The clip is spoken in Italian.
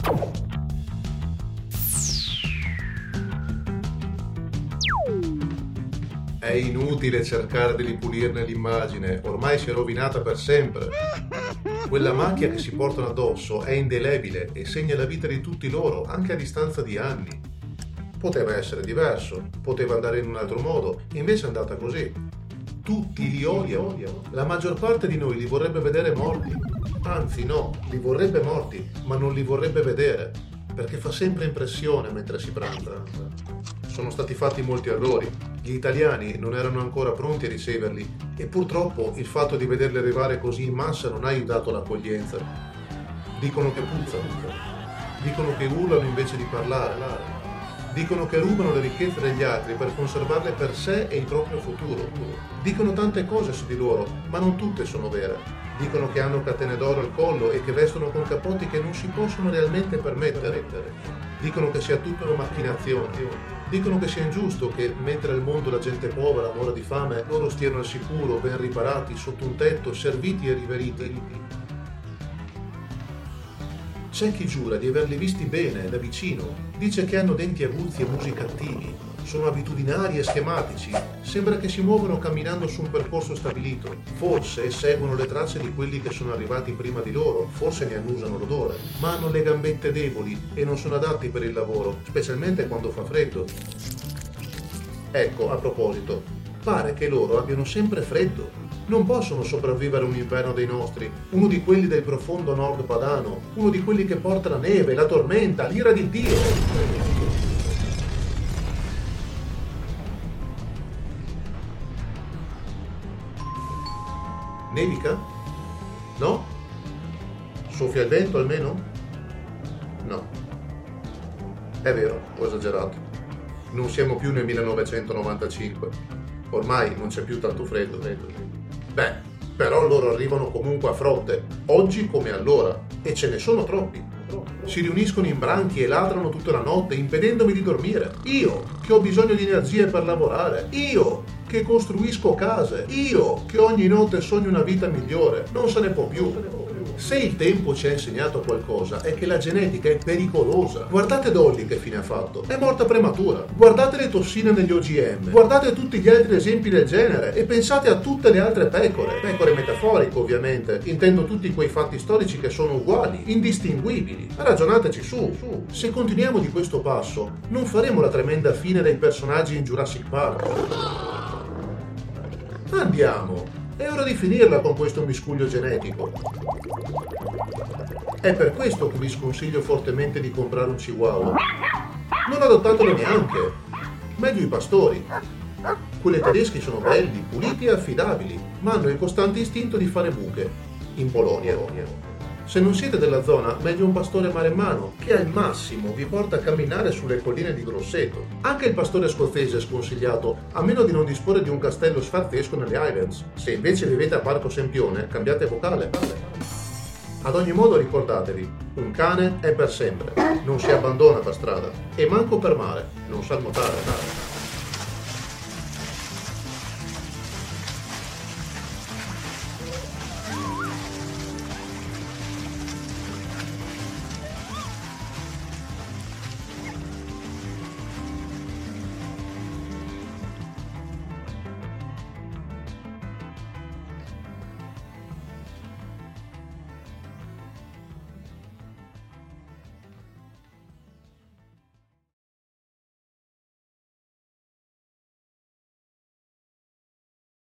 È inutile cercare di ripulirne l'immagine, ormai si è rovinata per sempre. Quella macchia che si portano addosso è indelebile e segna la vita di tutti loro, anche a distanza di anni. Poteva essere diverso, poteva andare in un altro modo, invece è andata così. Tutti li odiano. La maggior parte di noi li vorrebbe vedere morti. Anzi no, li vorrebbe morti, ma non li vorrebbe vedere, perché fa sempre impressione mentre si pranza. Sono stati fatti molti errori, gli italiani non erano ancora pronti a riceverli e purtroppo il fatto di vederli arrivare così in massa non ha aiutato l'accoglienza. Dicono che puzzano, dicono che urlano invece di parlare, dicono che rubano le ricchezze degli altri per conservarle per sé e il proprio futuro. Dicono tante cose su di loro, ma non tutte sono vere. Dicono che hanno catene d'oro al collo e che vestono con capotti che non si possono realmente permettere. Dicono che sia tutta una macchinazione. Dicono che sia ingiusto che, mentre al mondo la gente povera muore di fame, loro stiano al sicuro, ben riparati, sotto un tetto, serviti e riveriti. C'è chi giura di averli visti bene, da vicino. Dice che hanno denti aguzzi e musi cattivi. Sono abitudinari e schematici. Sembra che si muovono camminando su un percorso stabilito. Forse seguono le tracce di quelli che sono arrivati prima di loro, forse ne annusano l'odore. Ma hanno le gambette deboli e non sono adatti per il lavoro, specialmente quando fa freddo. Ecco, a proposito, pare che loro abbiano sempre freddo. Non possono sopravvivere un inverno dei nostri, uno di quelli del profondo nord padano, uno di quelli che porta la neve, la tormenta, l'ira di Dio. Nevica? No? Soffia il vento almeno? No. È vero, ho esagerato. Non siamo più nel 1995. Ormai non c'è più tanto freddo. Beh, però loro arrivano comunque a frotte, oggi come allora, e ce ne sono troppi. Si riuniscono in branchi e ladrano tutta la notte, impedendomi di dormire. Io, che ho bisogno di energie per lavorare. Io, che costruisco case. Io, che ogni notte sogno una vita migliore. Non se ne può più. Se il tempo ci ha insegnato qualcosa è che la genetica è pericolosa. Guardate Dolly che fine ha fatto. È morta prematura. Guardate le tossine negli OGM. Guardate tutti gli altri esempi del genere e pensate a tutte le altre pecore. Pecore metaforiche ovviamente. Intendo tutti quei fatti storici che sono uguali, indistinguibili. Ragionateci su. Se continuiamo di questo passo, non faremo la tremenda fine dei personaggi in Jurassic Park. Andiamo. È ora di finirla con questo miscuglio genetico. È per questo che vi sconsiglio fortemente di comprare un chihuahua. Non adottatelo neanche. Meglio i pastori. Quelli tedeschi sono belli, puliti e affidabili, ma hanno il costante istinto di fare buche. In Polonia. Se non siete della zona, meglio un pastore maremmano, che al massimo vi porta a camminare sulle colline di Grosseto. Anche il pastore scozzese è sconsigliato, a meno di non disporre di un castello sfarzesco nelle Highlands. Se invece vivete a Parco Sempione, cambiate vocale. Ad ogni modo ricordatevi, un cane è per sempre, non si abbandona per strada, e manco per mare, non sa nuotare.